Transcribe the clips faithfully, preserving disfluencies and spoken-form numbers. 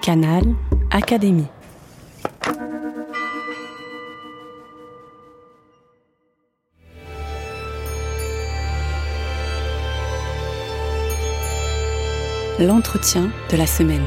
Canal Académie. L'entretien de la semaine.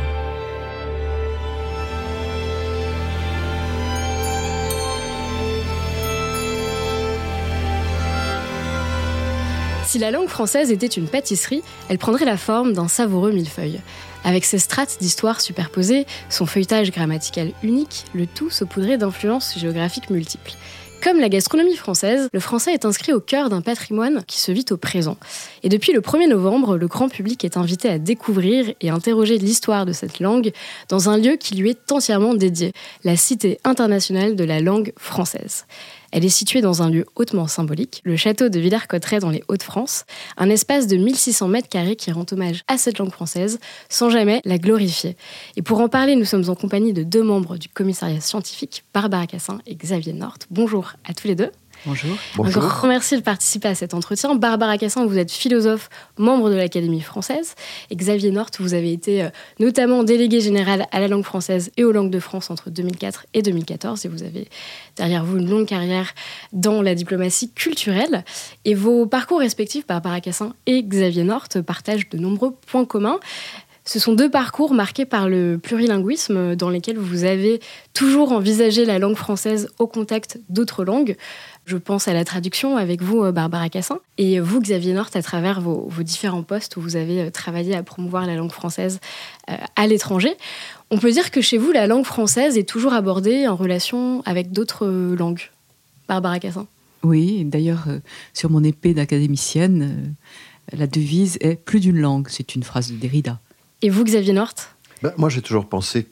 Si la langue française était une pâtisserie, elle prendrait la forme d'un savoureux millefeuille. Avec ses strates d'histoire superposées, son feuilletage grammatical unique, le tout saupoudré d'influences géographiques multiples. Comme la gastronomie française, le français est inscrit au cœur d'un patrimoine qui se vit au présent. Et depuis le premier novembre, le grand public est invité à découvrir et interroger l'histoire de cette langue dans un lieu qui lui est entièrement dédié, la Cité internationale de la langue française. Elle est située dans un lieu hautement symbolique, le château de Villers-Cotterêts dans les Hauts-de-France, un espace de mille six cents mètres carrés qui rend hommage à cette langue française sans jamais la glorifier. Et pour en parler, nous sommes en compagnie de deux membres du commissariat scientifique, Barbara Cassin et Xavier North. Bonjour à tous les deux. Bonjour. Un grand merci de participer à cet entretien. Barbara Cassin, vous êtes philosophe, membre de l'Académie française. Et Xavier North, vous avez été euh, notamment délégué général à la langue française et aux langues de France entre deux mille quatre et deux mille quatorze. Et vous avez derrière vous une longue carrière dans la diplomatie culturelle. Et vos parcours respectifs, Barbara Cassin et Xavier North, partagent de nombreux points communs. Ce sont deux parcours marqués par le plurilinguisme dans lesquels vous avez toujours envisagé la langue française au contact d'autres langues. Je pense à la traduction avec vous, Barbara Cassin, et vous, Xavier North, à travers vos, vos différents postes où vous avez travaillé à promouvoir la langue française euh, à l'étranger. On peut dire que chez vous, la langue française est toujours abordée en relation avec d'autres langues. Barbara Cassin. Oui, d'ailleurs, euh, sur mon épée d'académicienne, euh, la devise est « plus d'une langue ». C'est une phrase de Derrida. Et vous, Xavier North ? ben, Moi, j'ai toujours pensé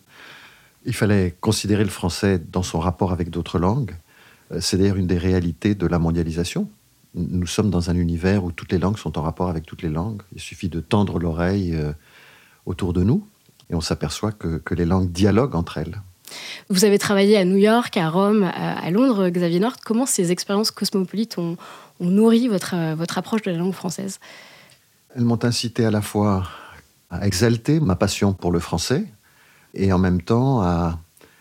qu'il fallait considérer le français dans son rapport avec d'autres langues. C'est d'ailleurs une des réalités de la mondialisation. Nous sommes dans un univers où toutes les langues sont en rapport avec toutes les langues. Il suffit de tendre l'oreille autour de nous et on s'aperçoit que, que les langues dialoguent entre elles. Vous avez travaillé à New York, à Rome, à Londres, Xavier North. Comment ces expériences cosmopolites ont, ont nourri votre, votre approche de la langue française ? Elles m'ont incité à la fois à exalter ma passion pour le français et en même temps à...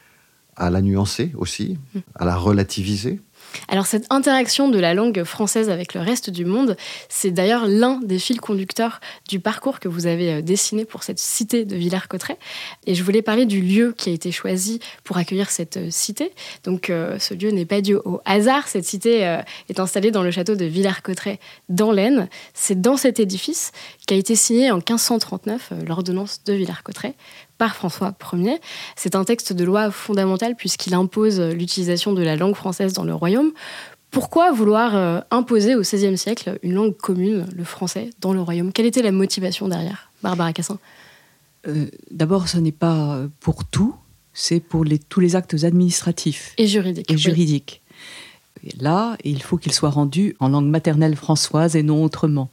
à la nuancer aussi, à la relativiser. Alors cette interaction de la langue française avec le reste du monde, c'est d'ailleurs l'un des fils conducteurs du parcours que vous avez dessiné pour cette cité de Villers-Cotterêts. Et je voulais parler du lieu qui a été choisi pour accueillir cette cité. Donc euh, ce lieu n'est pas dû au hasard. Cette cité euh, est installée dans le château de Villers-Cotterêts dans l'Aisne. C'est dans cet édifice qu'a été signée en quinze cent trente-neuf euh, l'ordonnance de Villers-Cotterêts par François Ier. C'est un texte de loi fondamental puisqu'il impose l'utilisation de la langue française dans le royaume. Pourquoi vouloir euh, imposer au seizième siècle une langue commune, le français, dans le royaume ? Quelle était la motivation derrière, Barbara Cassin ? euh, D'abord, ce n'est pas pour tout, c'est pour les, tous les actes administratifs. Et juridiques. Et oui. juridiques. Et là, il faut qu'il soit rendu en langue maternelle françoise et non autrement.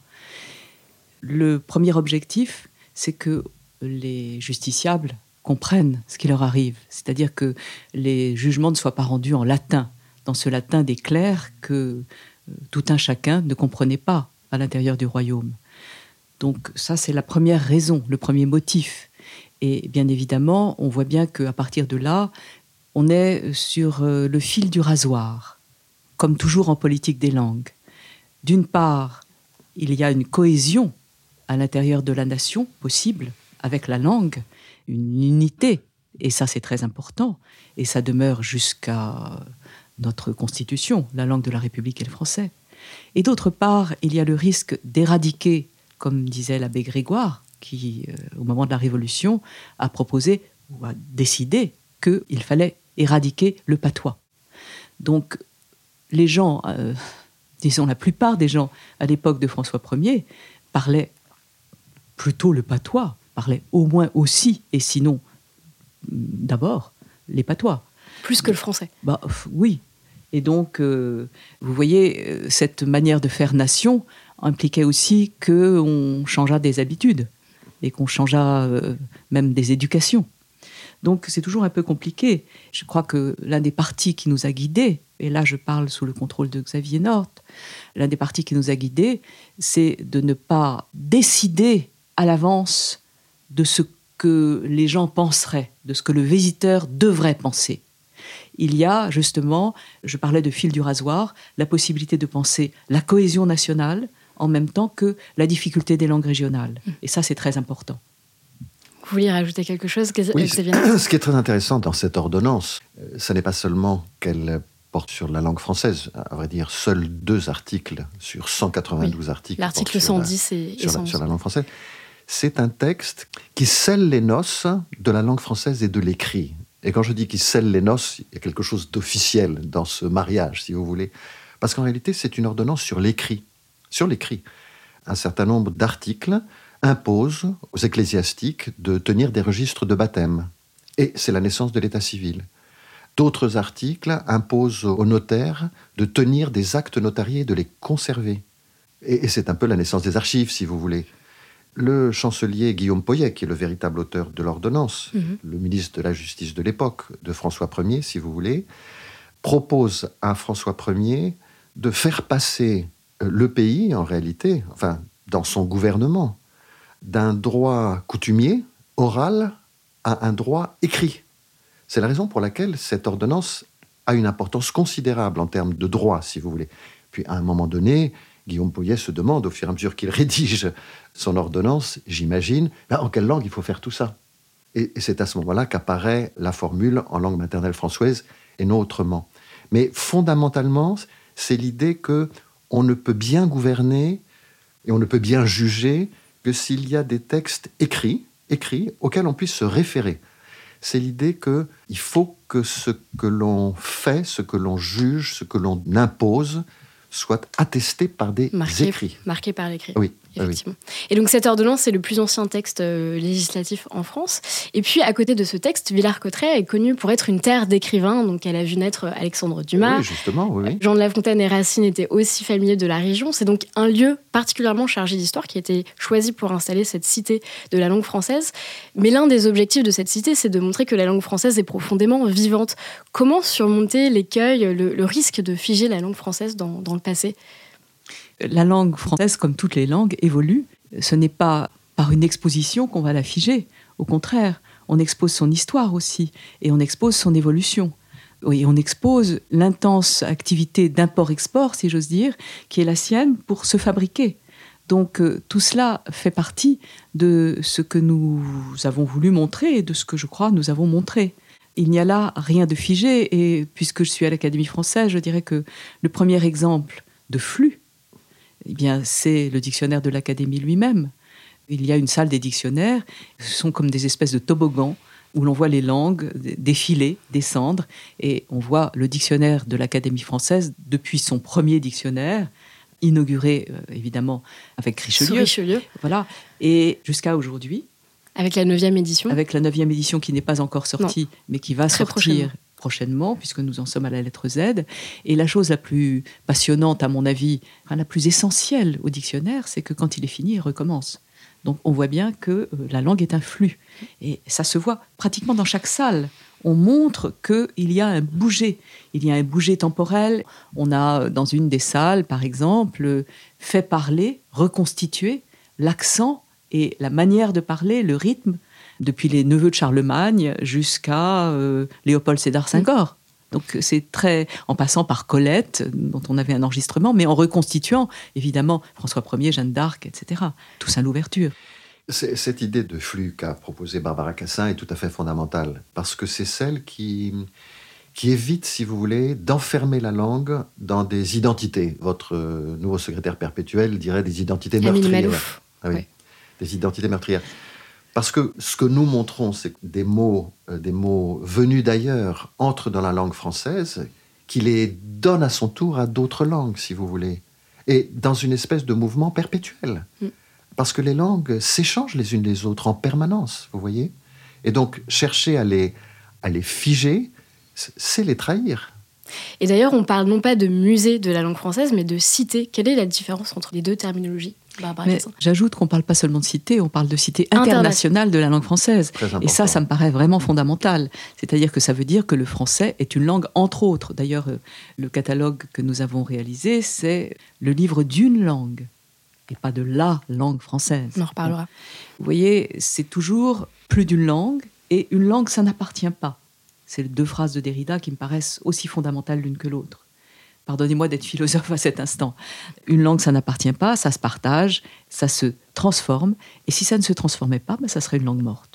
Le premier objectif, c'est que les justiciables comprennent ce qui leur arrive. C'est-à-dire que les jugements ne soient pas rendus en latin, dans ce latin des clercs que euh, tout un chacun ne comprenait pas à l'intérieur du royaume. Donc ça, c'est la première raison, le premier motif. Et bien évidemment, on voit bien qu'à partir de là, on est sur euh, le fil du rasoir, comme toujours en politique des langues. D'une part, il y a une cohésion à l'intérieur de la nation possible, avec la langue, une unité, et ça c'est très important, et ça demeure jusqu'à notre Constitution, la langue de la République est le français. Et d'autre part, il y a le risque d'éradiquer, comme disait l'abbé Grégoire, qui, euh, au moment de la Révolution, a proposé ou a décidé qu'il fallait éradiquer le patois. Donc, les gens, euh, disons la plupart des gens, à l'époque de François Ier, parlaient plutôt le patois, parlaient au moins aussi, et sinon, d'abord, les patois. Plus que le français. Bah, oui. Et donc, euh, vous voyez, cette manière de faire nation impliquait aussi qu'on changeât des habitudes et qu'on changeât euh, même des éducations. Donc, c'est toujours un peu compliqué. Je crois que l'un des partis qui nous a guidés, et là je parle sous le contrôle de Xavier North, l'un des partis qui nous a guidés, c'est de ne pas décider à l'avance de ce que les gens penseraient, de ce que le visiteur devrait penser. Il y a justement, je parlais de fil du rasoir, la possibilité de penser la cohésion nationale en même temps que la difficulté des langues régionales. Et ça, c'est très important. Vous vouliez rajouter quelque chose, oui, Xavier? Ce qui est très intéressant dans cette ordonnance, ce n'est pas seulement qu'elle porte sur la langue française. À vrai dire, seuls deux articles sur cent quatre-vingt-douze oui, articles l'article cent dix et, sur, et la, sur la langue française. C'est un texte qui scelle les noces de la langue française et de l'écrit. Et quand je dis qu'il scelle les noces, il y a quelque chose d'officiel dans ce mariage, si vous voulez. Parce qu'en réalité, c'est une ordonnance sur l'écrit. Sur l'écrit. Un certain nombre d'articles imposent aux ecclésiastiques de tenir des registres de baptême. Et c'est la naissance de l'état civil. D'autres articles imposent aux notaires de tenir des actes notariés et de les conserver. Et, et c'est un peu la naissance des archives, si vous voulez. Le chancelier Guillaume Poyet, qui est le véritable auteur de l'ordonnance, mmh. le ministre de la Justice de l'époque, de François Ier, si vous voulez, propose à François Ier de faire passer le pays, en réalité, enfin, dans son gouvernement, d'un droit coutumier, oral, à un droit écrit. C'est la raison pour laquelle cette ordonnance a une importance considérable en termes de droit, si vous voulez. Puis, à un moment donné, Guillaume Poyet se demande, au fur et à mesure qu'il rédige son ordonnance, j'imagine, ben, en quelle langue il faut faire tout ça. Et, et c'est à ce moment-là qu'apparaît la formule en langue maternelle française et non autrement. Mais fondamentalement, c'est l'idée qu'on ne peut bien gouverner et on ne peut bien juger que s'il y a des textes écrits, écrits auxquels on puisse se référer. C'est l'idée qu'il faut que ce que l'on fait, ce que l'on juge, ce que l'on impose, soit attesté par des marqué, écrits. Marqué par l'écrit. Oui. Effectivement. Oui. Et donc cette ordonnance, c'est le plus ancien texte euh, législatif en France. Et puis à côté de ce texte, Villars-Cotterêts est connue pour être une terre d'écrivains. Donc elle a vu naître Alexandre Dumas. Oui, justement, oui, oui. Jean de La Fontaine et Racine étaient aussi familiers de la région. C'est donc un lieu particulièrement chargé d'histoire qui a été choisi pour installer cette cité de la langue française. Mais l'un des objectifs de cette cité, c'est de montrer que la langue française est profondément vivante. Comment surmonter l'écueil, le, le risque de figer la langue française dans, dans le passé ? La langue française, comme toutes les langues, évolue. Ce n'est pas par une exposition qu'on va la figer. Au contraire, on expose son histoire aussi, et on expose son évolution. Et on expose l'intense activité d'import-export, si j'ose dire, qui est la sienne pour se fabriquer. Donc euh, tout cela fait partie de ce que nous avons voulu montrer et de ce que je crois nous avons montré. Il n'y a là rien de figé, et puisque je suis à l'Académie française, je dirais que le premier exemple de flux, eh bien, c'est le dictionnaire de l'Académie lui-même. Il y a une salle des dictionnaires, ce sont comme des espèces de toboggans où l'on voit les langues défiler, descendre, et on voit le dictionnaire de l'Académie française depuis son premier dictionnaire, inauguré euh, évidemment avec Richelieu. Sous Richelieu. Voilà, et jusqu'à aujourd'hui. Avec la neuvième édition. Avec la neuvième édition qui n'est pas encore sortie, non. mais qui va Très sortir prochainement. prochainement, puisque nous en sommes à la lettre Z. Et la chose la plus passionnante, à mon avis, enfin, la plus essentielle au dictionnaire, c'est que quand il est fini, il recommence. Donc on voit bien que euh, la langue est un flux. Et ça se voit pratiquement dans chaque salle. On montre qu'il y a un bouger. Il y a un bouger temporel. On a, dans une des salles, par exemple, fait parler, reconstituer l'accent et la manière de parler, le rythme, depuis les neveux de Charlemagne jusqu'à euh, Léopold Sédar Senghor. Donc c'est très, en passant par Colette, dont on avait un enregistrement, mais en reconstituant, évidemment, François Ier, Jeanne d'Arc, et cetera. Tout ça, l'ouverture. C'est, cette idée de flux qu'a proposée Barbara Cassin est tout à fait fondamentale, parce que c'est celle qui, qui évite, si vous voulez, d'enfermer la langue dans des identités. Votre euh, nouveau secrétaire perpétuel dirait des identités meurtrières. Ah oui, ouais. Des identités meurtrières. Parce que ce que nous montrons, c'est que des mots, euh, des mots venus d'ailleurs entrent dans la langue française, qui les donne à son tour à d'autres langues, si vous voulez, et dans une espèce de mouvement perpétuel. Mm. Parce que les langues s'échangent les unes les autres en permanence, vous voyez. Et donc, chercher à les, à les figer, c'est les trahir. Et d'ailleurs, on parle non pas de musée de la langue française, mais de cité. Quelle est la différence entre les deux terminologies ? Mais j'ajoute qu'on ne parle pas seulement de cité, on parle de cité internationale de la langue française. Et ça, ça me paraît vraiment fondamental. C'est-à-dire que ça veut dire que le français est une langue, entre autres. D'ailleurs, le catalogue que nous avons réalisé, c'est le livre d'une langue, et pas de la langue française. On en reparlera. Vous voyez, c'est toujours plus d'une langue, et une langue, ça n'appartient pas. C'est les deux phrases de Derrida qui me paraissent aussi fondamentales l'une que l'autre. Pardonnez-moi d'être philosophe à cet instant. Une langue, ça n'appartient pas, ça se partage, ça se transforme. Et si ça ne se transformait pas, ben ça serait une langue morte.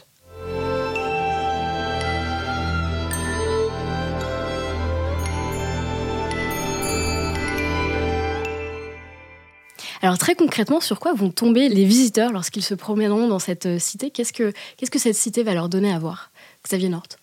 Alors très concrètement, sur quoi vont tomber les visiteurs lorsqu'ils se promèneront dans cette cité ? Qu'est-ce que, qu'est-ce que cette cité va leur donner à voir ? Xavier North.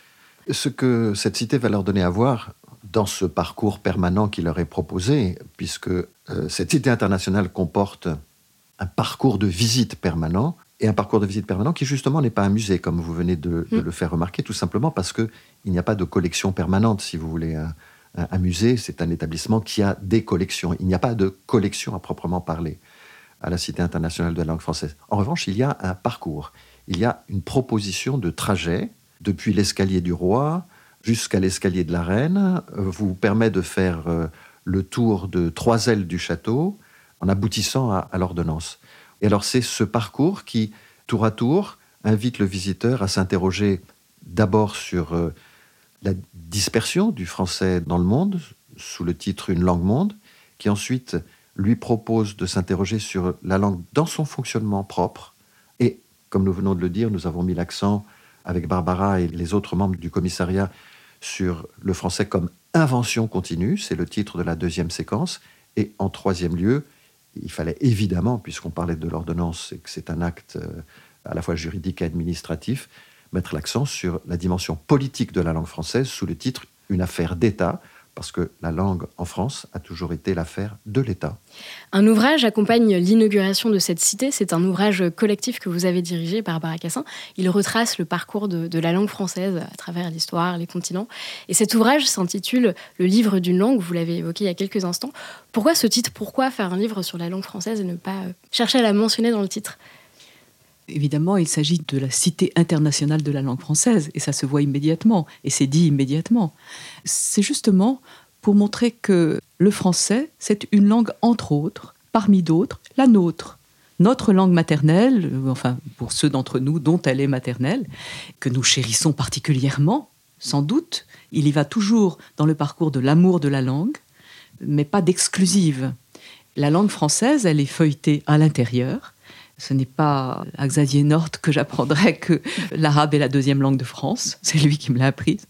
Ce que cette cité va leur donner à voir dans ce parcours permanent qui leur est proposé, puisque euh, cette cité internationale comporte un parcours de visite permanent, et un parcours de visite permanent qui justement n'est pas un musée, comme vous venez de, de mmh. le faire remarquer, tout simplement parce qu'il n'y a pas de collection permanente, si vous voulez. Un, un, un musée, c'est un établissement qui a des collections. Il n'y a pas de collection à proprement parler à la Cité internationale de la langue française. En revanche, il y a un parcours. Il y a une proposition de trajet depuis l'escalier du roi jusqu'à l'escalier de la reine, vous permet de faire euh, le tour de trois ailes du château en aboutissant à, à l'ordonnance. Et alors c'est ce parcours qui, tour à tour, invite le visiteur à s'interroger d'abord sur euh, la dispersion du français dans le monde, sous le titre « Une langue monde », qui ensuite lui propose de s'interroger sur la langue dans son fonctionnement propre. Et, comme nous venons de le dire, nous avons mis l'accent avec Barbara et les autres membres du commissariat sur le français comme invention continue, c'est le titre de la deuxième séquence. Et en troisième lieu, il fallait évidemment, puisqu'on parlait de l'ordonnance et que c'est un acte à la fois juridique et administratif, mettre l'accent sur la dimension politique de la langue française sous le titre « Une affaire d'État », parce que la langue en France a toujours été l'affaire de l'État. Un ouvrage accompagne l'inauguration de cette cité. C'est un ouvrage collectif que vous avez dirigé, Barbara Cassin. Il retrace le parcours de, de la langue française à travers l'histoire, les continents. Et cet ouvrage s'intitule « Le livre d'une langue », vous l'avez évoqué il y a quelques instants. Pourquoi ce titre ? Pourquoi faire un livre sur la langue française et ne pas chercher à la mentionner dans le titre ? Évidemment, il s'agit de la Cité internationale de la langue française, et ça se voit immédiatement, et c'est dit immédiatement. C'est justement pour montrer que le français, c'est une langue, entre autres, parmi d'autres, la nôtre. Notre langue maternelle, enfin, pour ceux d'entre nous dont elle est maternelle, que nous chérissons particulièrement, sans doute, il y va toujours dans le parcours de l'amour de la langue, mais pas d'exclusive. La langue française, elle est feuilletée à l'intérieur. Ce n'est pas à Xavier North que j'apprendrai que l'arabe est la deuxième langue de France. C'est lui qui me l'a apprise.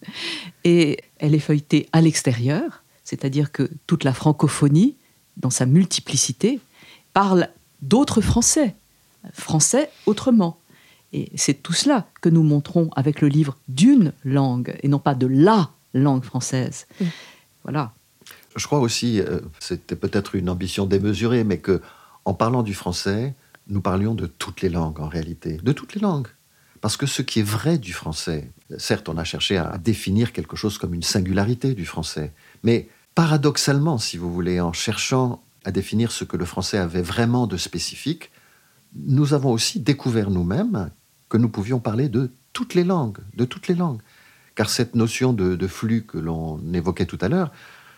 Et elle est feuilletée à l'extérieur, c'est-à-dire que toute la francophonie, dans sa multiplicité, parle d'autres français, français autrement. Et c'est tout cela que nous montrons avec le livre d'une langue, et non pas de la langue française. Mmh. Voilà. Je crois aussi, euh, c'était peut-être une ambition démesurée, mais qu'en parlant du français, nous parlions de toutes les langues, en réalité. De toutes les langues. Parce que ce qui est vrai du français, certes, on a cherché à définir quelque chose comme une singularité du français, mais paradoxalement, si vous voulez, en cherchant à définir ce que le français avait vraiment de spécifique, nous avons aussi découvert nous-mêmes que nous pouvions parler de toutes les langues, de toutes les langues. Car cette notion de, de flux que l'on évoquait tout à l'heure,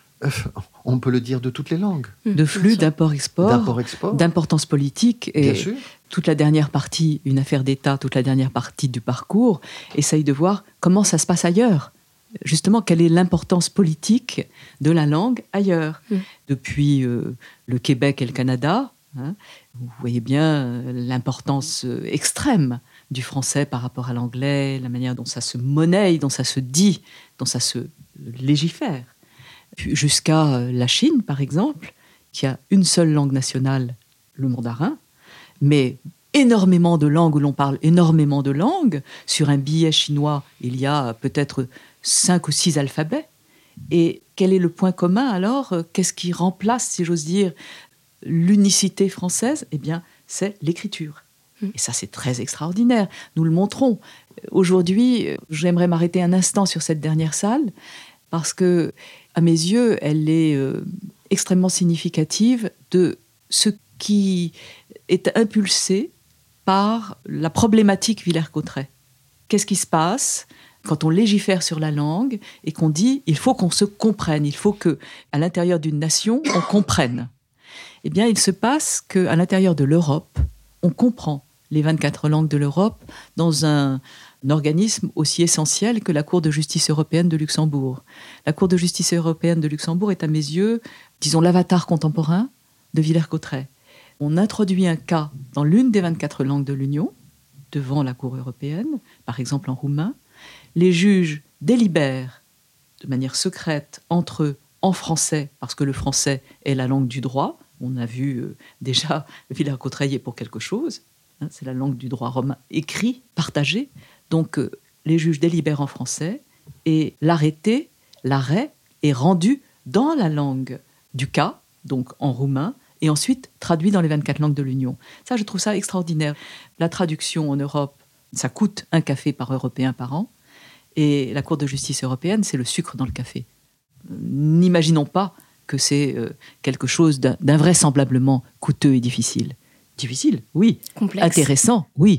on peut le dire de toutes les langues. De flux, d'import-export, d'import-export, d'importance politique. Et bien sûr. Toute la dernière partie, une affaire d'État, toute la dernière partie du parcours, essaye de voir comment ça se passe ailleurs. Justement, quelle est l'importance politique de la langue ailleurs. Mm. Depuis euh, le Québec et le Canada, hein, vous voyez bien l'importance extrême du français par rapport à l'anglais, la manière dont ça se monnaie, dont ça se dit, dont ça se légifère. Jusqu'à la Chine, par exemple, qui a une seule langue nationale, le mandarin, mais énormément de langues où l'on parle énormément de langues. Sur un billet chinois, il y a peut-être cinq ou six alphabets. Et quel est le point commun alors ? Qu'est-ce qui remplace, si j'ose dire, l'unicité française ? Eh bien, c'est l'écriture. Et ça, c'est très extraordinaire. Nous le montrons. Aujourd'hui, j'aimerais m'arrêter un instant sur cette dernière salle, parce que, à mes yeux, elle est euh, extrêmement significative de ce qui est impulsé par la problématique Villers-Cotterêts. Qu'est-ce qui se passe quand on légifère sur la langue et qu'on dit il faut qu'on se comprenne, il faut qu'à l'intérieur d'une nation, on comprenne. Eh bien, il se passe qu'à l'intérieur de l'Europe, on comprend les vingt-quatre langues de l'Europe dans un, un organisme aussi essentiel que la Cour de justice européenne de Luxembourg. La Cour de justice européenne de Luxembourg est à mes yeux, disons, l'avatar contemporain de Villers-Cotterêts. On introduit un cas dans l'une des vingt-quatre langues de l'Union, devant la Cour européenne, par exemple en roumain. Les juges délibèrent de manière secrète entre eux en français, parce que le français est la langue du droit. On a vu euh, déjà Villers-Cotterêts y est pour quelque chose. Hein, c'est la langue du droit romain écrit, partagé. Donc euh, les juges délibèrent en français et l'arrêté, l'arrêt est rendu dans la langue du cas, donc en roumain, et ensuite traduit dans les vingt-quatre langues de l'Union. Ça, je trouve ça extraordinaire. La traduction en Europe, ça coûte un café par Européen par an, et la Cour de justice européenne, c'est le sucre dans le café. N'imaginons pas que c'est euh, quelque chose d'invraisemblablement coûteux et difficile. Difficile, oui. Complexe. Intéressant, oui.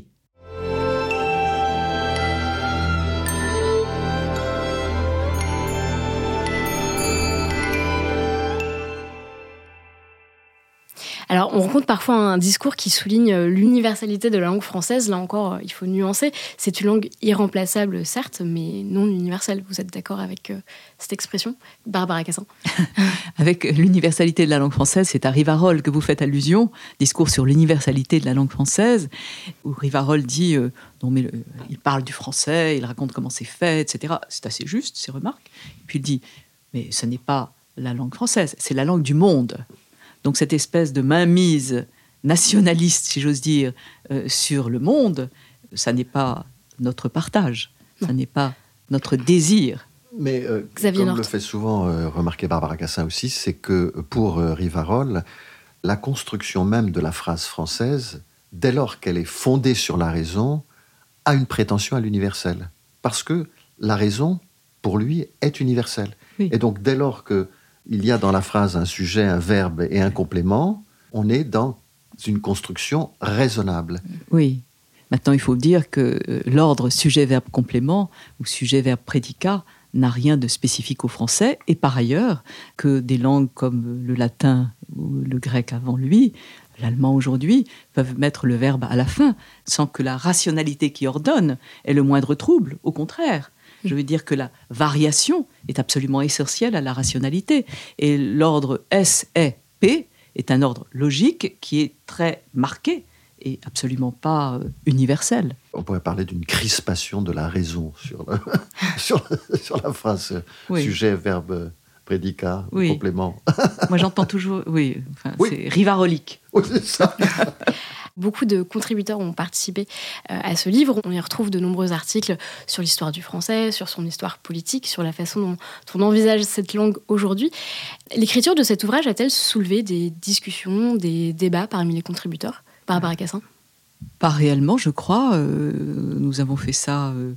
Alors, on rencontre parfois un discours qui souligne l'universalité de la langue française. Là encore, il faut nuancer. C'est une langue irremplaçable, certes, mais non universelle. Vous êtes d'accord avec euh, cette expression, Barbara Cassin? Avec l'universalité de la langue française, c'est à Rivarol que vous faites allusion, discours sur l'universalité de la langue française, où Rivarol dit, euh, non mais le, il parle du français, il raconte comment c'est fait, et cetera. C'est assez juste, ces remarques. Puis il dit, mais ce n'est pas la langue française, c'est la langue du monde. Donc cette espèce de mainmise nationaliste, si j'ose dire, euh, sur le monde, ça n'est pas notre partage, ça n'est pas notre désir. Mais euh, Xavier comme Nort. le fait souvent euh, remarquer Barbara Cassin aussi, c'est que pour euh, Rivarol, la construction même de la phrase française, dès lors qu'elle est fondée sur la raison, a une prétention à l'universel. Parce que la raison, pour lui, est universelle. Oui. Et donc dès lors que il y a dans la phrase un sujet, un verbe et un complément, on est dans une construction raisonnable. Oui. Maintenant, il faut dire que euh, l'ordre sujet-verbe-complément ou sujet-verbe-prédicat n'a rien de spécifique au français, et par ailleurs, que des langues comme le latin ou le grec avant lui, l'allemand aujourd'hui, peuvent mettre le verbe à la fin, sans que la rationalité qui ordonne ait le moindre trouble, au contraire. Je veux dire que la variation est absolument essentielle à la rationalité. Et l'ordre S, E, P est un ordre logique qui est très marqué et absolument pas euh, universel. On pourrait parler d'une crispation de la raison sur, le, sur, le, sur la phrase oui. Sujet, verbe, prédicat, oui. complément. Moi, j'entends toujours... Oui, enfin, oui. c'est rivarolique. Oui, c'est ça. Beaucoup de contributeurs ont participé à ce livre. On y retrouve de nombreux articles sur l'histoire du français, sur son histoire politique, sur la façon dont on envisage cette langue aujourd'hui. L'écriture de cet ouvrage a-t-elle soulevé des discussions, des débats parmi les contributeurs? Barbara Cassin? Pas réellement, je crois. Euh, nous avons fait ça euh,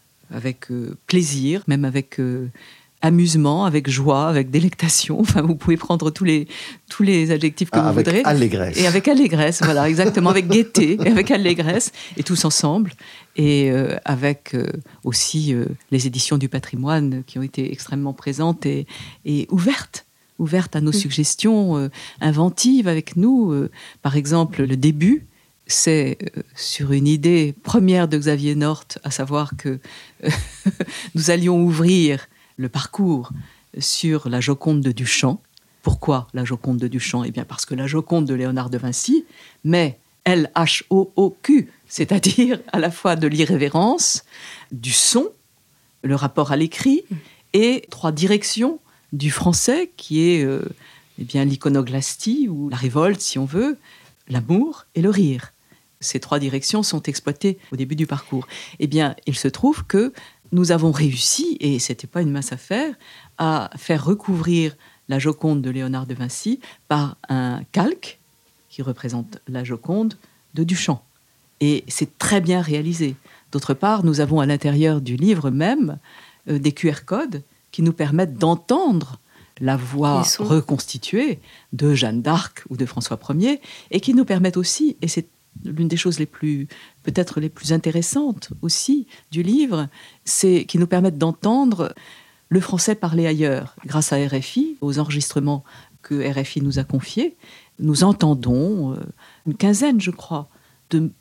avec euh, plaisir, même avec... Euh, amusement, avec joie, avec délectation. Enfin, vous pouvez prendre tous les, tous les adjectifs que ah, vous avec voudrez. Avec allégresse. Et avec allégresse, voilà, exactement. Avec gaieté, et avec allégresse, et tous ensemble. Et euh, avec euh, aussi euh, les éditions du patrimoine qui ont été extrêmement présentes et, et ouvertes. ouvertes à nos mmh. suggestions, euh, inventives avec nous. Euh, par exemple, le début, c'est euh, sur une idée première de Xavier Nort, à savoir que euh, nous allions ouvrir le parcours sur la Joconde de Duchamp. Pourquoi la Joconde de Duchamp? Eh bien parce que la Joconde de Léonard de Vinci met L H O O Q, c'est-à-dire à la fois de l'irrévérence, du son, le rapport à l'écrit, et trois directions du français qui est euh, eh bien, l'iconoglastie ou la révolte, si on veut, l'amour et le rire. Ces trois directions sont exploitées au début du parcours. Eh bien, il se trouve que nous avons réussi, et ce n'était pas une mince affaire, à faire recouvrir la Joconde de Léonard de Vinci par un calque qui représente la Joconde de Duchamp. Et c'est très bien réalisé. D'autre part, nous avons à l'intérieur du livre même euh, des Q R codes qui nous permettent d'entendre la voix reconstituée de Jeanne d'Arc ou de François Ier, et qui nous permettent aussi, et c'est l'une des choses les plus, peut-être les plus intéressantes aussi du livre, c'est qu'ils nous permettent d'entendre le français parlé ailleurs. Grâce à R F I, aux enregistrements que R F I nous a confiés, nous entendons euh, une quinzaine, je crois, de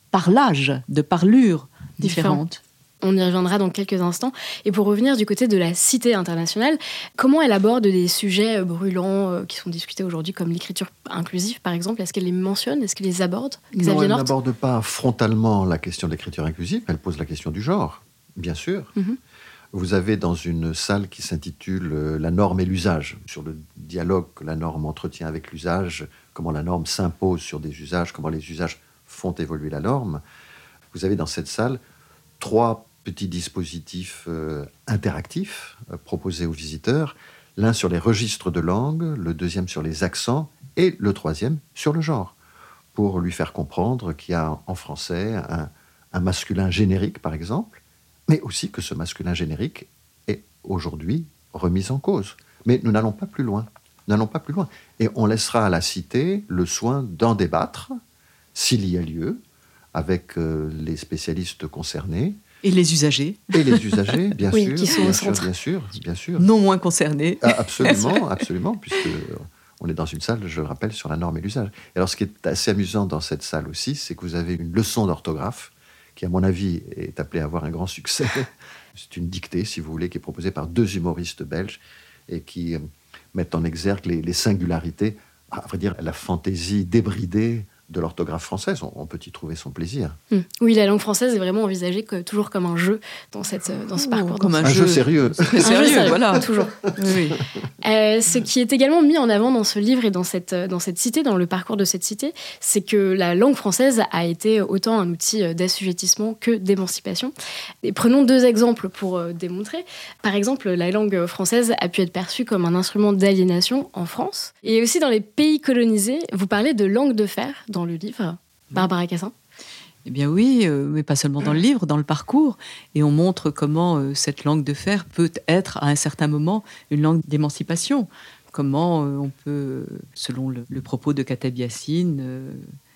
parlage, de parlure différentes. On y reviendra dans quelques instants. Et pour revenir du côté de la Cité internationale, comment elle aborde des sujets brûlants euh, qui sont discutés aujourd'hui, comme l'écriture inclusive, par exemple? Est-ce qu'elle les mentionne? Est-ce qu'elle les aborde? Xavier Non, elle Nort n'aborde pas frontalement la question de l'écriture inclusive. Elle pose la question du genre, bien sûr. Mm-hmm. Vous avez dans une salle qui s'intitule euh, « La norme et l'usage », sur le dialogue que la norme entretient avec l'usage, comment la norme s'impose sur des usages, comment les usages font évoluer la norme. Vous avez dans cette salle trois petits dispositifs euh, interactifs euh, proposés aux visiteurs, l'un sur les registres de langue, le deuxième sur les accents et le troisième sur le genre, pour lui faire comprendre qu'il y a en français un, un masculin générique, par exemple, mais aussi que ce masculin générique est aujourd'hui remis en cause. Mais nous n'allons pas plus loin. Nous n'allons pas plus loin. Et on laissera à la Cité le soin d'en débattre, s'il y a lieu, avec euh, les spécialistes concernés. Et les usagers. Et les usagers, bien oui, sûr. Qui sont bien au sûr, centre. bien sûr, bien sûr. Non moins concernés. Ah, absolument, absolument, puisque on est dans une salle, je le rappelle, sur la norme et l'usage. Et alors, ce qui est assez amusant dans cette salle aussi, c'est que vous avez une leçon d'orthographe qui, à mon avis, est appelée à avoir un grand succès. C'est une dictée, si vous voulez, qui est proposée par deux humoristes belges et qui euh, mettent en exergue les, les singularités, à vrai dire, la fantaisie débridée de l'orthographe française. On, on peut y trouver son plaisir. Mmh. Oui, la langue française est vraiment envisagée que, toujours comme un jeu dans, cette, dans ce parcours. Oh, comme un, un jeu, jeu sérieux. Très un sérieux, jeu sérieux, voilà. Toujours. Oui. Euh, ce qui est également mis en avant dans ce livre et dans cette, dans cette cité, dans le parcours de cette cité, c'est que la langue française a été autant un outil d'assujettissement que d'émancipation. Et prenons deux exemples pour euh, démontrer. Par exemple, la langue française a pu être perçue comme un instrument d'aliénation en France. Et aussi dans les pays colonisés, vous parlez de langue de fer dans le livre. Barbara Cassin. Eh bien oui, euh, mais pas seulement dans le livre, dans le parcours. Et on montre comment euh, cette langue de fer peut être, à un certain moment, une langue d'émancipation. Comment euh, on peut, selon le, le propos de Kateb Yassine, euh,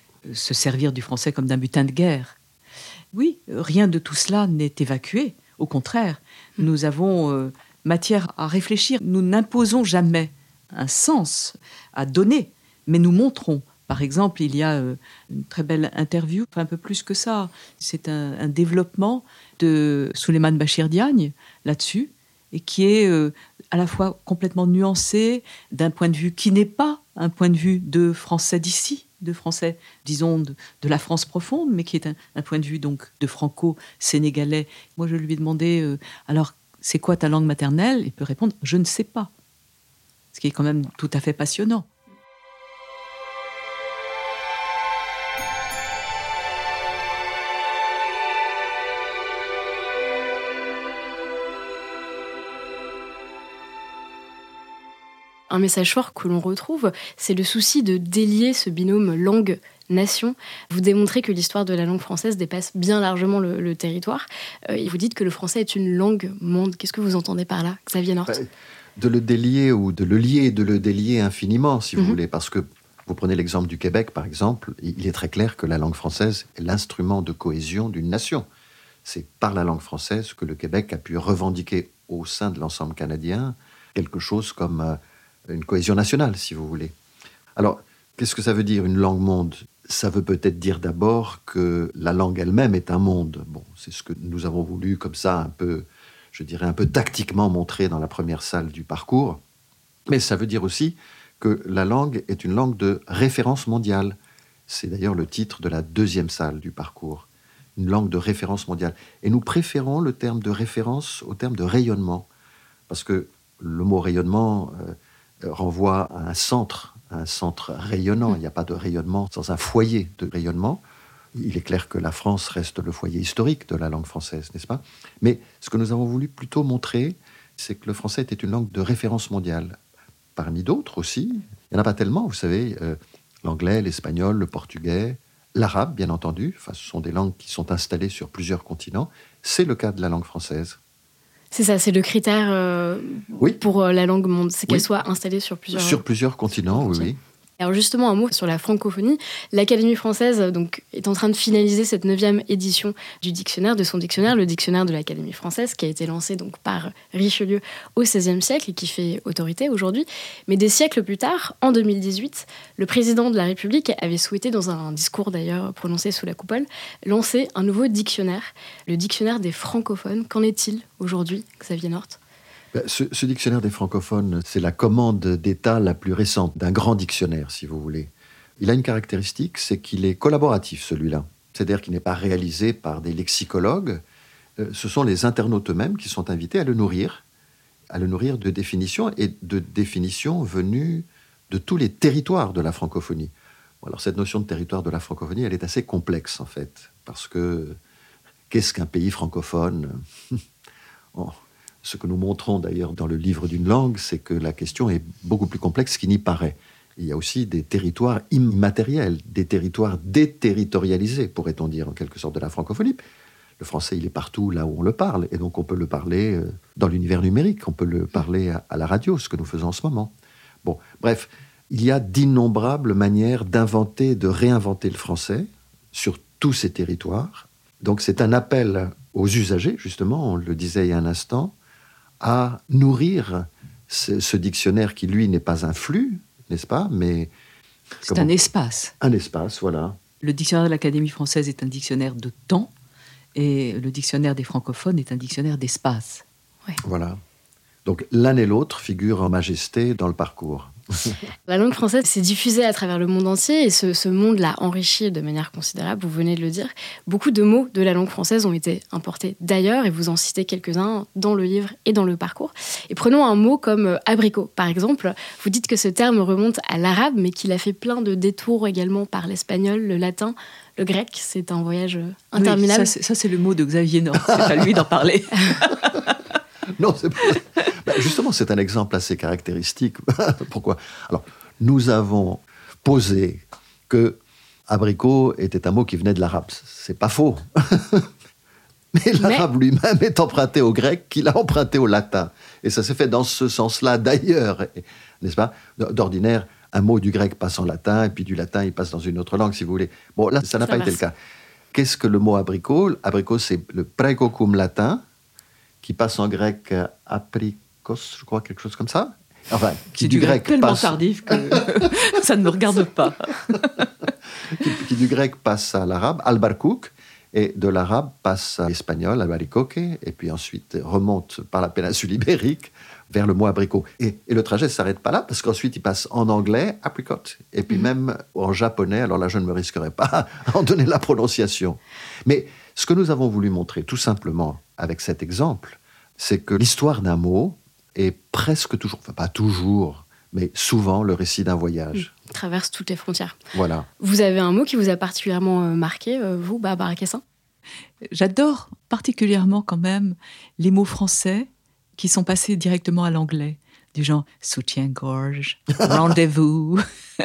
se servir du français comme d'un butin de guerre. Oui, rien de tout cela n'est évacué. Au contraire, mmh. nous avons euh, matière à réfléchir. Nous n'imposons jamais un sens à donner, mais nous montrons. Par exemple, il y a euh, une très belle interview, enfin un peu plus que ça. C'est un, un développement de Souleymane Bachir Diagne là-dessus, et qui est euh, à la fois complètement nuancé d'un point de vue qui n'est pas un point de vue de Français d'ici, de Français, disons, de, de la France profonde, mais qui est un, un point de vue donc de franco-sénégalais. Moi, je lui ai demandé, euh, alors, c'est quoi ta langue maternelle? Il peut répondre, je ne sais pas. Ce qui est quand même tout à fait passionnant. Un message fort que l'on retrouve, c'est le souci de délier ce binôme langue-nation. Vous démontrez que l'histoire de la langue française dépasse bien largement le, le territoire. Euh, et vous dites que le français est une langue monde. Qu'est-ce que vous entendez par là, Xavier Nort? De le délier ou de le lier, de le délier infiniment, si vous mm-hmm. voulez. Parce que vous prenez l'exemple du Québec, par exemple, il est très clair que la langue française est l'instrument de cohésion d'une nation. C'est par la langue française que le Québec a pu revendiquer au sein de l'ensemble canadien quelque chose comme... Euh, une cohésion nationale, si vous voulez. Alors, qu'est-ce que ça veut dire, une langue monde? Ça veut peut-être dire d'abord que la langue elle-même est un monde. Bon, c'est ce que nous avons voulu, comme ça, un peu, je dirais, un peu tactiquement montrer dans la première salle du parcours. Mais ça veut dire aussi que la langue est une langue de référence mondiale. C'est d'ailleurs le titre de la deuxième salle du parcours. Une langue de référence mondiale. Et nous préférons le terme de référence au terme de rayonnement. Parce que le mot rayonnement... Euh, renvoie à un centre, à un centre rayonnant. Il n'y a pas de rayonnement sans un foyer de rayonnement. Il est clair que la France reste le foyer historique de la langue française, n'est-ce pas? Mais ce que nous avons voulu plutôt montrer, c'est que le français était une langue de référence mondiale. Parmi d'autres aussi, il n'y en a pas tellement, vous savez, euh, l'anglais, l'espagnol, le portugais, l'arabe, bien entendu. Enfin, ce sont des langues qui sont installées sur plusieurs continents. C'est le cas de la langue française. C'est ça, c'est le critère euh, oui. pour euh, la langue monde, c'est qu'elle oui. soit installée sur plusieurs... Sur plusieurs continents, sur oui, oui. Alors justement, un mot sur la francophonie. L'Académie française donc, est en train de finaliser cette neuvième édition du dictionnaire, de son dictionnaire, le dictionnaire de l'Académie française, qui a été lancé donc, par Richelieu au seizième siècle et qui fait autorité aujourd'hui. Mais des siècles plus tard, en deux mille dix-huit, le président de la République avait souhaité, dans un discours d'ailleurs prononcé sous la coupole, lancer un nouveau dictionnaire, le dictionnaire des francophones. Qu'en est-il aujourd'hui, Xavier North ? Ce, ce dictionnaire des francophones, c'est la commande d'État la plus récente, d'un grand dictionnaire, si vous voulez. Il a une caractéristique, c'est qu'il est collaboratif, celui-là. C'est-à-dire qu'il n'est pas réalisé par des lexicologues. Ce sont les internautes eux-mêmes qui sont invités à le nourrir, à le nourrir de définitions, et de définitions venues de tous les territoires de la francophonie. Alors, cette notion de territoire de la francophonie, elle est assez complexe, en fait, parce que qu'est-ce qu'un pays francophone ? oh. Ce que nous montrons d'ailleurs dans le livre d'une langue, c'est que la question est beaucoup plus complexe qu'il n'y paraît. Il y a aussi des territoires immatériels, des territoires déterritorialisés, pourrait-on dire, en quelque sorte, de la francophonie. Le français, il est partout là où on le parle, et donc on peut le parler dans l'univers numérique, on peut le parler à la radio, ce que nous faisons en ce moment. Bon, bref, il y a d'innombrables manières d'inventer, de réinventer le français sur tous ces territoires. Donc c'est un appel aux usagers, justement, on le disait il y a un instant, à nourrir ce, ce dictionnaire qui, lui, n'est pas un flux, n'est-ce pas, mais... C'est un espace. Un espace, voilà. Le dictionnaire de l'Académie française est un dictionnaire de temps, et le dictionnaire des francophones est un dictionnaire d'espace. Ouais. Voilà. Donc, l'un et l'autre figurent en majesté dans le parcours. La langue française s'est diffusée à travers le monde entier et ce, ce monde l'a enrichi de manière considérable, vous venez de le dire. Beaucoup de mots de la langue française ont été importés d'ailleurs et vous en citez quelques-uns dans le livre et dans le parcours. Et prenons un mot comme abricot, par exemple. Vous dites que ce terme remonte à l'arabe mais qu'il a fait plein de détours également par l'espagnol, le latin, le grec. C'est un voyage interminable. Oui, ça, c'est, ça, c'est le mot de Xavier North, c'est à lui d'en parler. Non, c'est pas... ben justement, c'est un exemple assez caractéristique. Pourquoi ? Alors, nous avons posé que abricot était un mot qui venait de l'arabe. C'est pas faux. Mais l'arabe Mais... lui-même est emprunté au grec, qu'il a emprunté au latin. Et ça s'est fait dans ce sens-là d'ailleurs, n'est-ce pas ? D'ordinaire, un mot du grec passe en latin, et puis du latin, il passe dans une autre langue, si vous voulez. Bon, là, ça n'a ça pas été le cas. Qu'est-ce que le mot abricot ? Abricot, c'est le praecocum latin, qui passe en grec aprikos, je crois, quelque chose comme ça. Enfin, qui c'est du, du grec, grec tellement passe... tardif que ça ne me regarde pas. qui, qui du grec passe à l'arabe, albarkouk, et de l'arabe passe à l'espagnol, albaricoque, et puis ensuite remonte par la péninsule ibérique vers le mot abricot. Et, et le trajet ne s'arrête pas là, parce qu'ensuite il passe en anglais, apricot, et puis mmh. même en japonais, alors là je ne me risquerai pas à en donner la prononciation. Mais ce que nous avons voulu montrer, tout simplement, avec cet exemple, c'est que l'histoire d'un mot est presque toujours, enfin pas toujours, mais souvent le récit d'un voyage. Il traverse toutes les frontières. Voilà. Vous avez un mot qui vous a particulièrement marqué, vous, Barbara Cassin ? J'adore particulièrement quand même les mots français qui sont passés directement à l'anglais, du genre soutien-gorge, rendez-vous.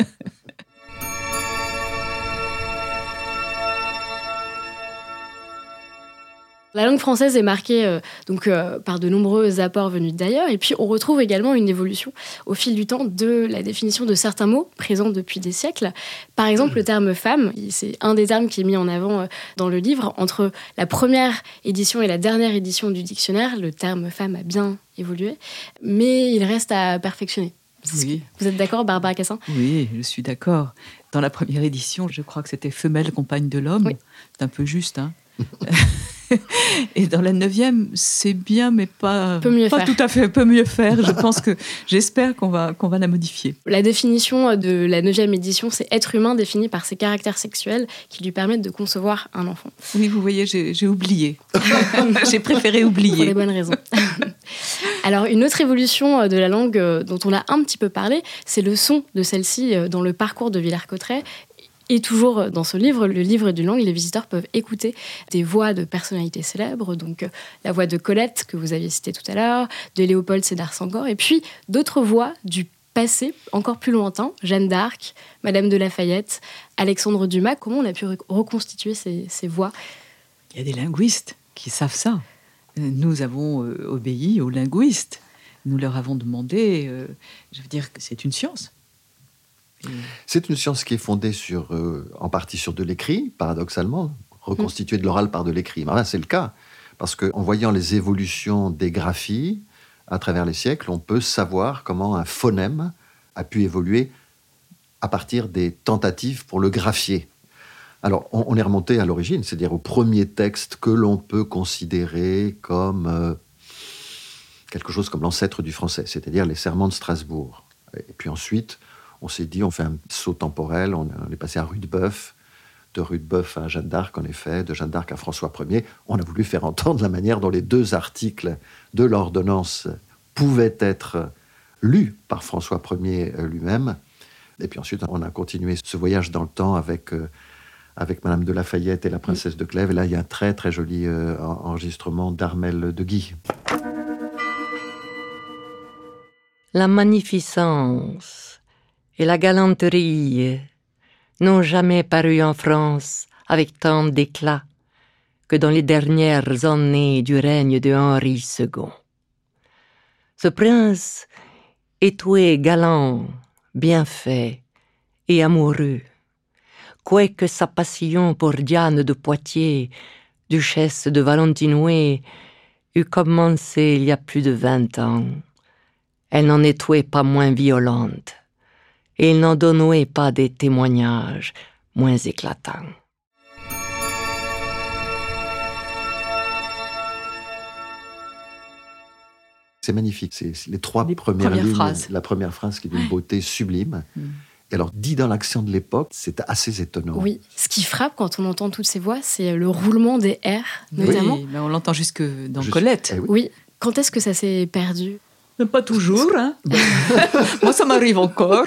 La langue française est marquée euh, donc, euh, par de nombreux apports venus d'ailleurs, et puis on retrouve également une évolution au fil du temps de la définition de certains mots présents depuis des siècles. Par exemple, le terme « femme », c'est un des termes qui est mis en avant euh, dans le livre. Entre la première édition et la dernière édition du dictionnaire, le terme « femme » a bien évolué, mais il reste à perfectionner. Oui. Vous êtes d'accord, Barbara Cassin ? Oui, je suis d'accord. Dans la première édition, je crois que c'était « femelle compagne de l'homme oui. ». C'est un peu juste, hein. Et dans la neuvième, c'est bien, mais pas, peut mieux pas faire. tout à fait, peut mieux faire. Je pense que, j'espère qu'on va, qu'on va la modifier. La définition de la neuvième édition, c'est être humain défini par ses caractères sexuels qui lui permettent de concevoir un enfant. Oui, vous voyez, j'ai, j'ai oublié. J'ai préféré oublier. Pour les bonnes raisons. Alors, une autre évolution de la langue dont on a un petit peu parlé, c'est le son de celle-ci dans le parcours de Villers-Cotterêts. Et toujours dans ce livre, le livre d'une langue, les visiteurs peuvent écouter des voix de personnalités célèbres, donc la voix de Colette, que vous aviez citée tout à l'heure, de Léopold Sédar Senghor, et puis d'autres voix du passé, encore plus lointain, Jeanne d'Arc, Madame de Lafayette, Alexandre Dumas. Comment on a pu reconstituer ces, ces voix ? Il y a des linguistes qui savent ça. Nous avons euh, obéi aux linguistes. Nous leur avons demandé, euh, je veux dire que c'est une science. C'est une science qui est fondée sur, euh, en partie sur de l'écrit, paradoxalement, reconstituée de l'oral par de l'écrit. Mais là, c'est le cas, parce qu'en voyant les évolutions des graphies à travers les siècles, on peut savoir comment un phonème a pu évoluer à partir des tentatives pour le graphier. Alors, on, on est remonté à l'origine, c'est-à-dire au premier texte que l'on peut considérer comme euh, quelque chose comme l'ancêtre du français, c'est-à-dire les Sermons de Strasbourg. Et puis ensuite, on s'est dit, on fait un saut temporel, on, on est passé à Rudebeuf, de Rudebeuf à Jeanne d'Arc, en effet, de Jeanne d'Arc à François Ier. On a voulu faire entendre la manière dont les deux articles de l'ordonnance pouvaient être lus par François Ier lui-même. Et puis ensuite, on a continué ce voyage dans le temps avec, euh, avec Madame de Lafayette et la princesse de Clèves. Et là, il y a un très, très joli euh, enregistrement d'Armel de Guy. La magnificence et la galanterie n'ont jamais paru en France avec tant d'éclat que dans les dernières années du règne de Henri second. Ce prince est doué galant, bien fait et amoureux, quoique sa passion pour Diane de Poitiers, duchesse de Valentinois, eût commencé il y a plus de vingt ans. Elle n'en était pas moins violente, et il n'en donnait pas des témoignages moins éclatants. C'est magnifique, c'est les trois les premières, premières lignes, phrases. La première phrase qui est d'une beauté sublime. Mm. Et alors, dit dans l'accent de l'époque, c'est assez étonnant. Oui, ce qui frappe quand on entend toutes ces voix, c'est le roulement des R, notamment. Oui, mais on l'entend jusque dans Juste, Colette. Eh oui. oui, quand est-ce que ça s'est perdu ? Pas toujours, hein. Moi, ça m'arrive encore.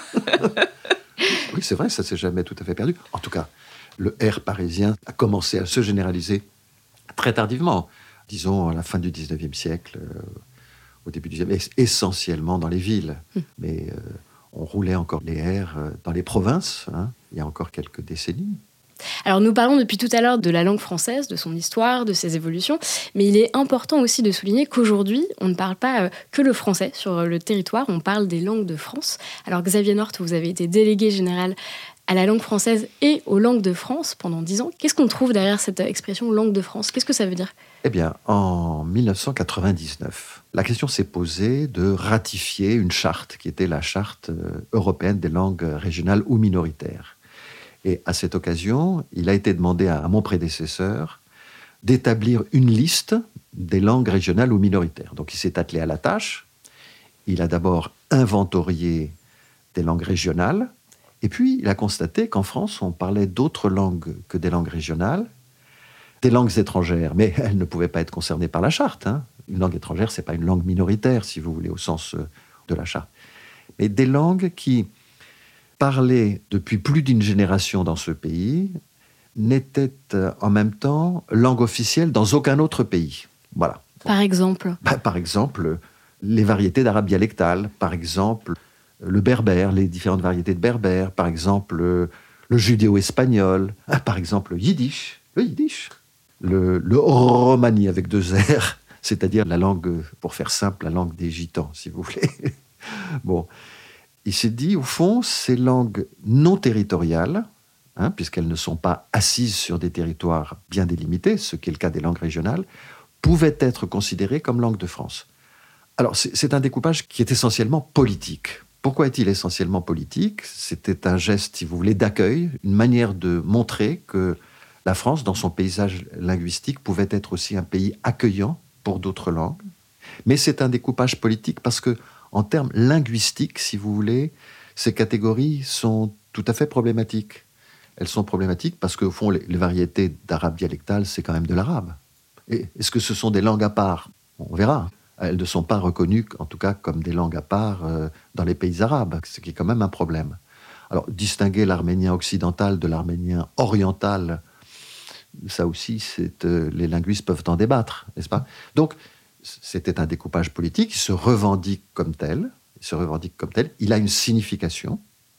Oui, c'est vrai, ça ne s'est jamais tout à fait perdu. En tout cas, le R parisien a commencé à se généraliser très tardivement. Disons, à la fin du dix-neuvième siècle, euh, au début du dix-neuvième, essentiellement dans les villes. Mmh. Mais euh, on roulait encore les R euh, dans les provinces, hein, il y a encore quelques décennies. Alors nous parlons depuis tout à l'heure de la langue française, de son histoire, de ses évolutions, mais il est important aussi de souligner qu'aujourd'hui, on ne parle pas que le français sur le territoire, on parle des langues de France. Alors Xavier North, vous avez été délégué général à la langue française et aux langues de France pendant dix ans. Qu'est-ce qu'on trouve derrière cette expression langue de France ? Qu'est-ce que ça veut dire ? Eh bien, en dix-neuf cent quatre-vingt-dix-neuf, la question s'est posée de ratifier une charte qui était la charte européenne des langues régionales ou minoritaires. Et à cette occasion, il a été demandé à mon prédécesseur d'établir une liste des langues régionales ou minoritaires. Donc il s'est attelé à la tâche. Il a d'abord inventorié des langues régionales, et puis il a constaté qu'en France, on parlait d'autres langues que des langues régionales, des langues étrangères, mais elles ne pouvaient pas être concernées par la charte. Hein. Une langue étrangère, ce n'est pas une langue minoritaire, si vous voulez, au sens de la charte. Mais des langues qui parlées depuis plus d'une génération dans ce pays, n'étaient en même temps langue officielle dans aucun autre pays. Voilà. Par exemple bah, Par exemple, les variétés d'arabe dialectal, par exemple, le berbère, les différentes variétés de berbère, par exemple, le judéo-espagnol, ah, par exemple, le yiddish, le yiddish, le, le romani avec deux R, c'est-à-dire la langue, pour faire simple, la langue des gitans, si vous voulez. Bon. Il s'est dit, au fond, ces langues non territoriales, hein, puisqu'elles ne sont pas assises sur des territoires bien délimités, ce qui est le cas des langues régionales, pouvaient être considérées comme langues de France. Alors, c'est, c'est un découpage qui est essentiellement politique. Pourquoi est-il essentiellement politique ? C'était un geste, si vous voulez, d'accueil, une manière de montrer que la France, dans son paysage linguistique, pouvait être aussi un pays accueillant pour d'autres langues. Mais c'est un découpage politique parce que en termes linguistiques, si vous voulez, ces catégories sont tout à fait problématiques. Elles sont problématiques parce qu'au fond, les, les variétés d'arabe dialectal, c'est quand même de l'arabe. Et est-ce que ce sont des langues à part ? On verra. Elles ne sont pas reconnues, en tout cas, comme des langues à part euh, dans les pays arabes, ce qui est quand même un problème. Alors, distinguer l'arménien occidental de l'arménien oriental, ça aussi, c'est, euh, les linguistes peuvent en débattre, n'est-ce pas ? Donc, c'était un découpage politique, il se revendique comme tel, il se revendique comme tel, il a une signification,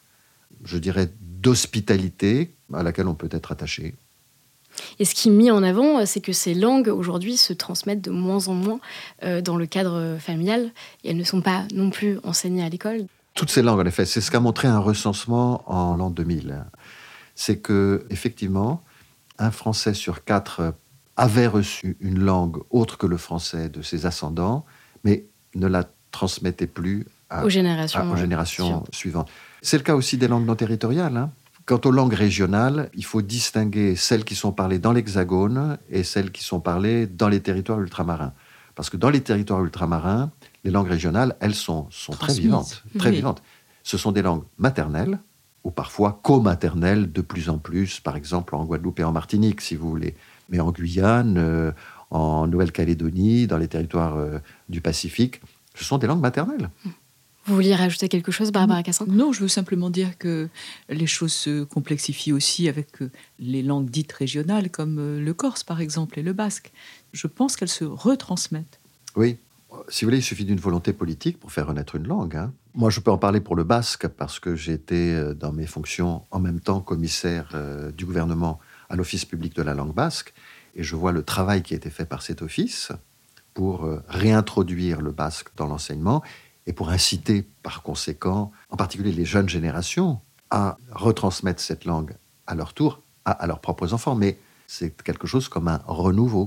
je dirais, d'hospitalité à laquelle on peut être attaché. Et ce qui est mis en avant, c'est que ces langues, aujourd'hui, se transmettent de moins en moins euh, dans le cadre familial, et elles ne sont pas non plus enseignées à l'école. Toutes ces langues, en effet, c'est ce qu'a montré un recensement en l'an deux mille. C'est que, effectivement, un Français sur quatre avait reçu une langue autre que le français de ses ascendants, mais ne la transmettait plus à, aux générations, à, aux générations suivantes. suivantes. C'est le cas aussi des langues non territoriales. Hein. Quant aux langues régionales, il faut distinguer celles qui sont parlées dans l'Hexagone et celles qui sont parlées dans les territoires ultramarins. Parce que dans les territoires ultramarins, les langues régionales, elles sont, sont très vivantes. Très Oui. vivantes. Ce sont des langues maternelles, ou parfois co-maternelles de plus en plus, par exemple en Guadeloupe et en Martinique, si vous voulez. Mais en Guyane, euh, en Nouvelle-Calédonie, dans les territoires euh, du Pacifique, ce sont des langues maternelles. Vous vouliez rajouter quelque chose, Barbara Cassin ? Non, je veux simplement dire que les choses se complexifient aussi avec les langues dites régionales, comme le corse, par exemple, et le basque. Je pense qu'elles se retransmettent. Oui. Si vous voulez, il suffit d'une volonté politique pour faire renaître une langue. Hein. Moi, je peux en parler pour le basque, parce que j'ai été, dans mes fonctions, en même temps commissaire euh, du gouvernement à l'Office public de la langue basque, et je vois le travail qui a été fait par cet office pour euh, réintroduire le basque dans l'enseignement, et pour inciter, par conséquent, en particulier les jeunes générations, à retransmettre cette langue à leur tour, à, à leurs propres enfants. Mais c'est quelque chose comme un renouveau.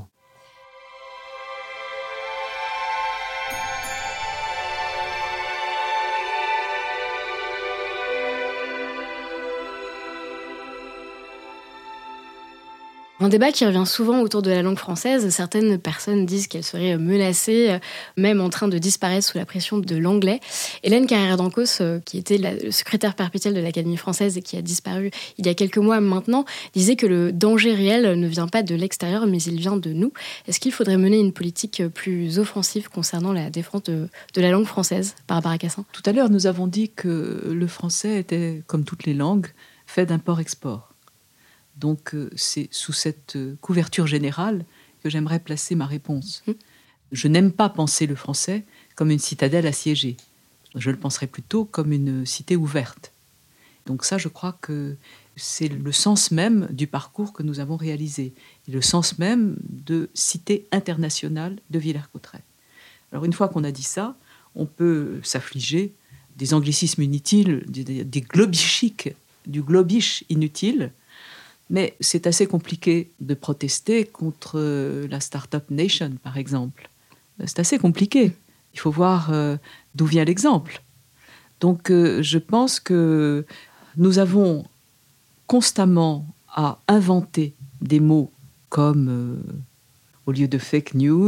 Un débat qui revient souvent autour de la langue française. Certaines personnes disent qu'elle serait menacée, même en train de disparaître sous la pression de l'anglais. Hélène Carrère-Dancos, qui était la secrétaire perpétuelle de l'Académie française et qui a disparu il y a quelques mois maintenant, disait que le danger réel ne vient pas de l'extérieur, mais il vient de nous. Est-ce qu'il faudrait mener une politique plus offensive concernant la défense de, de la langue française, Barbara Cassin ? Tout à l'heure, nous avons dit que le français était, comme toutes les langues, fait d'import-export. Donc, euh, c'est sous cette euh, couverture générale que j'aimerais placer ma réponse. Mmh. Je n'aime pas penser le français comme une citadelle assiégée. Je le penserais plutôt comme une cité ouverte. Donc ça, je crois que c'est le sens même du parcours que nous avons réalisé, et le sens même de cité internationale de Villers-Cotterêts. Alors, une fois qu'on a dit ça, on peut s'affliger des anglicismes inutiles, des, des globichiques, du globish inutile. Mais c'est assez compliqué de protester contre la Startup Nation, par exemple. C'est assez compliqué. Il faut voir euh, d'où vient l'exemple. Donc, euh, je pense que nous avons constamment à inventer des mots comme, euh, au lieu de fake news,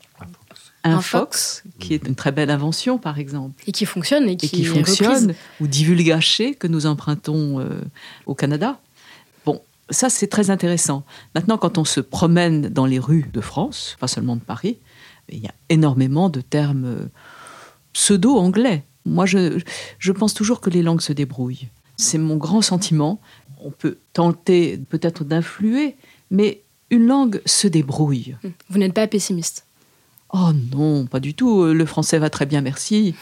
un fox, qui est une très belle invention, par exemple. Et qui fonctionne et qui, et qui est fonctionne, reprise. Ou divulgaché, que nous empruntons euh, au Canada. Ça, c'est très intéressant. Maintenant, quand on se promène dans les rues de France, pas seulement de Paris, il y a énormément de termes pseudo-anglais. Moi, je, je pense toujours que les langues se débrouillent. C'est mon grand sentiment. On peut tenter peut-être d'influer, mais une langue se débrouille. Vous n'êtes pas pessimiste ? Oh non, pas du tout. Le français va très bien, merci.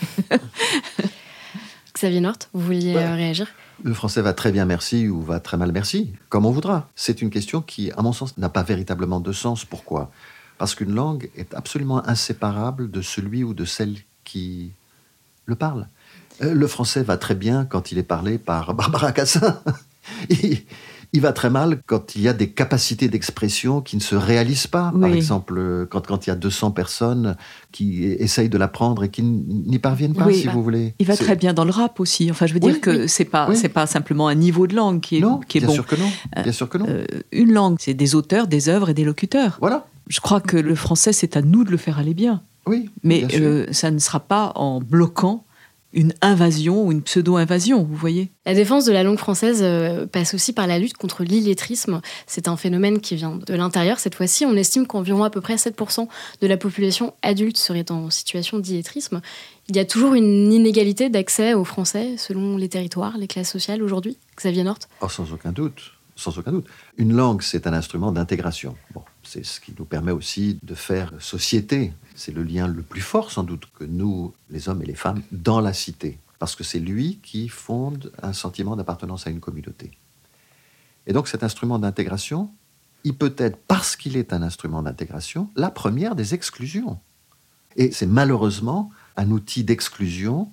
Xavier North, vous vouliez ouais. réagir ? Le français va très bien, merci, ou va très mal, merci, comme on voudra. C'est une question qui, à mon sens, n'a pas véritablement de sens. Pourquoi ? Parce qu'une langue est absolument inséparable de celui ou de celle qui le parle. Euh, le français va très bien quand il est parlé par Barbara Cassin. il, il va très mal quand il y a des capacités d'expression qui ne se réalisent pas. Oui. Par exemple, quand, quand il y a deux cents personnes qui essayent de l'apprendre et qui n'y parviennent pas, oui, si bah, vous voulez. Il va c'est... très bien dans le rap aussi. Enfin, je veux dire oui, que oui. c'est pas oui. c'est pas simplement un niveau de langue qui est non, qui est bien bon. Sûr que non. Bien sûr que non. Euh, une langue, c'est des auteurs, des œuvres et des locuteurs. Voilà. Je crois que le français, c'est à nous de le faire aller bien. Oui. Mais euh, ça ne sera pas en bloquant une invasion ou une pseudo-invasion, vous voyez. La défense de la langue française euh, passe aussi par la lutte contre l'illettrisme. C'est un phénomène qui vient de l'intérieur. Cette fois-ci, on estime qu'environ à peu près sept pour cent de la population adulte serait en situation d'illettrisme. Il y a toujours une inégalité d'accès au français selon les territoires, les classes sociales aujourd'hui. Xavier North ? Oh, sans aucun doute. Sans aucun doute. Une langue, c'est un instrument d'intégration. Bon, c'est ce qui nous permet aussi de faire société. C'est le lien le plus fort, sans doute, que nous, les hommes et les femmes, dans la cité. Parce que c'est lui qui fonde un sentiment d'appartenance à une communauté. Et donc, cet instrument d'intégration, il peut être, parce qu'il est un instrument d'intégration, la première des exclusions. Et c'est malheureusement un outil d'exclusion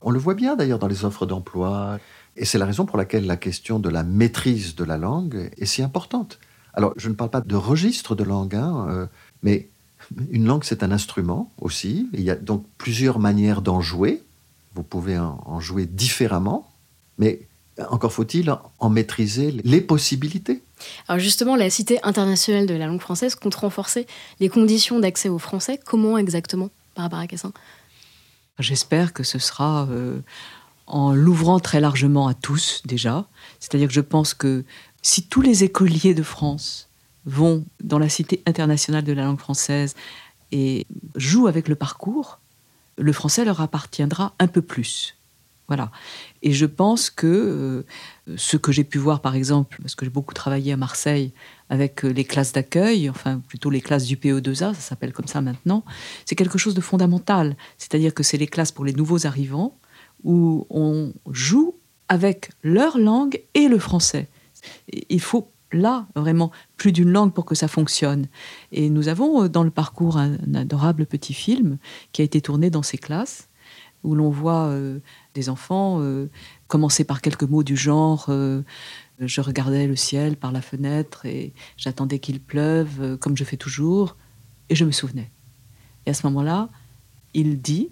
On le voit bien d'ailleurs dans les offres d'emploi. Et c'est la raison pour laquelle la question de la maîtrise de la langue est si importante. Alors, je ne parle pas de registre de langue, hein, euh, mais une langue, c'est un instrument aussi. Il y a donc plusieurs manières d'en jouer. Vous pouvez en, en jouer différemment, mais encore faut-il en maîtriser les possibilités. Alors justement, la Cité internationale de la langue française compte renforcer les conditions d'accès au français. Comment exactement, Barbara Cassin ? J'espère que ce sera euh, en l'ouvrant très largement à tous déjà. C'est-à-dire que je pense que si tous les écoliers de France vont dans la Cité internationale de la langue française et jouent avec le parcours, le français leur appartiendra un peu plus. Voilà. Et je pense que euh, ce que j'ai pu voir, par exemple, parce que j'ai beaucoup travaillé à Marseille avec euh, les classes d'accueil, enfin plutôt les classes du P E deux A, ça s'appelle comme ça maintenant, c'est quelque chose de fondamental. C'est-à-dire que c'est les classes pour les nouveaux arrivants où on joue avec leur langue et le français. Il faut là, vraiment, plus d'une langue pour que ça fonctionne. Et nous avons dans le parcours un, un adorable petit film qui a été tourné dans ces classes, où l'on voit euh, des enfants euh, commencer par quelques mots du genre euh, « je regardais le ciel par la fenêtre et j'attendais qu'il pleuve, euh, comme je fais toujours », et je me souvenais. Et à ce moment-là, il dit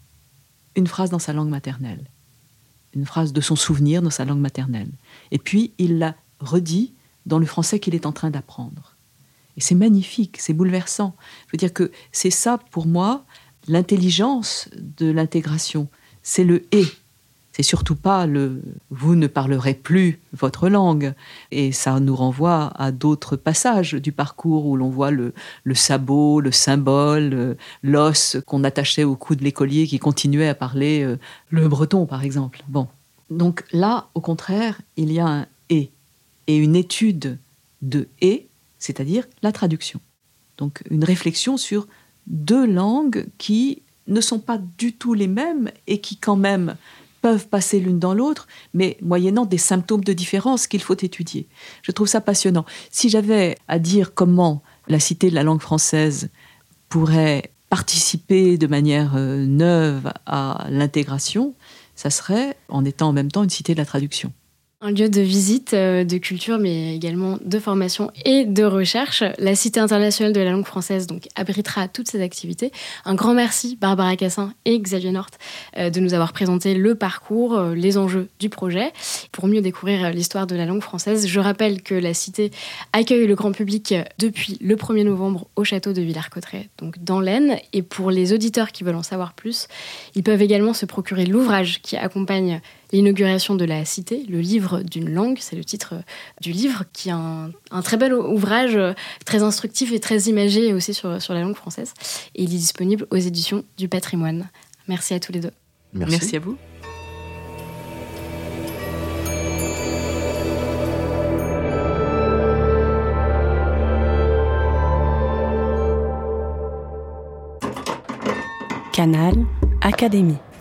une phrase dans sa langue maternelle, une phrase de son souvenir dans sa langue maternelle. Et puis, il la redit dans le français qu'il est en train d'apprendre. Et c'est magnifique, c'est bouleversant. Je veux dire que c'est ça, pour moi, l'intelligence de l'intégration. C'est le « et ». C'est surtout pas le « vous ne parlerez plus votre langue ». Et ça nous renvoie à d'autres passages du parcours où l'on voit le, le sabot, le symbole, l'os qu'on attachait au cou de l'écolier qui continuait à parler le breton, par exemple. Bon. Donc là, au contraire, il y a un « et ». Et une étude de « et », c'est-à-dire la traduction. Donc une réflexion sur deux langues qui ne sont pas du tout les mêmes et qui quand même peuvent passer l'une dans l'autre, mais moyennant des symptômes de différence qu'il faut étudier. Je trouve ça passionnant. Si j'avais à dire comment la Cité de la langue française pourrait participer de manière euh, neuve à l'intégration, ça serait en étant en même temps une cité de la traduction. Un lieu de visite, de culture, mais également de formation et de recherche. La Cité internationale de la langue française donc, abritera toutes ces activités. Un grand merci, Barbara Cassin et Xavier Nort, de nous avoir présenté le parcours, les enjeux du projet. Pour mieux découvrir l'histoire de la langue française, je rappelle que la Cité accueille le grand public depuis le premier novembre au château de Villers-Cotterêts, donc dans l'Aisne. Et pour les auditeurs qui veulent en savoir plus, ils peuvent également se procurer l'ouvrage qui accompagne l'inauguration de la Cité, le livre d'une langue, c'est le titre du livre, qui est un, un très bel ouvrage, très instructif et très imagé aussi sur, sur la langue française. Et il est disponible aux éditions du Patrimoine. Merci à tous les deux. Merci, Merci à vous. Canal Académie.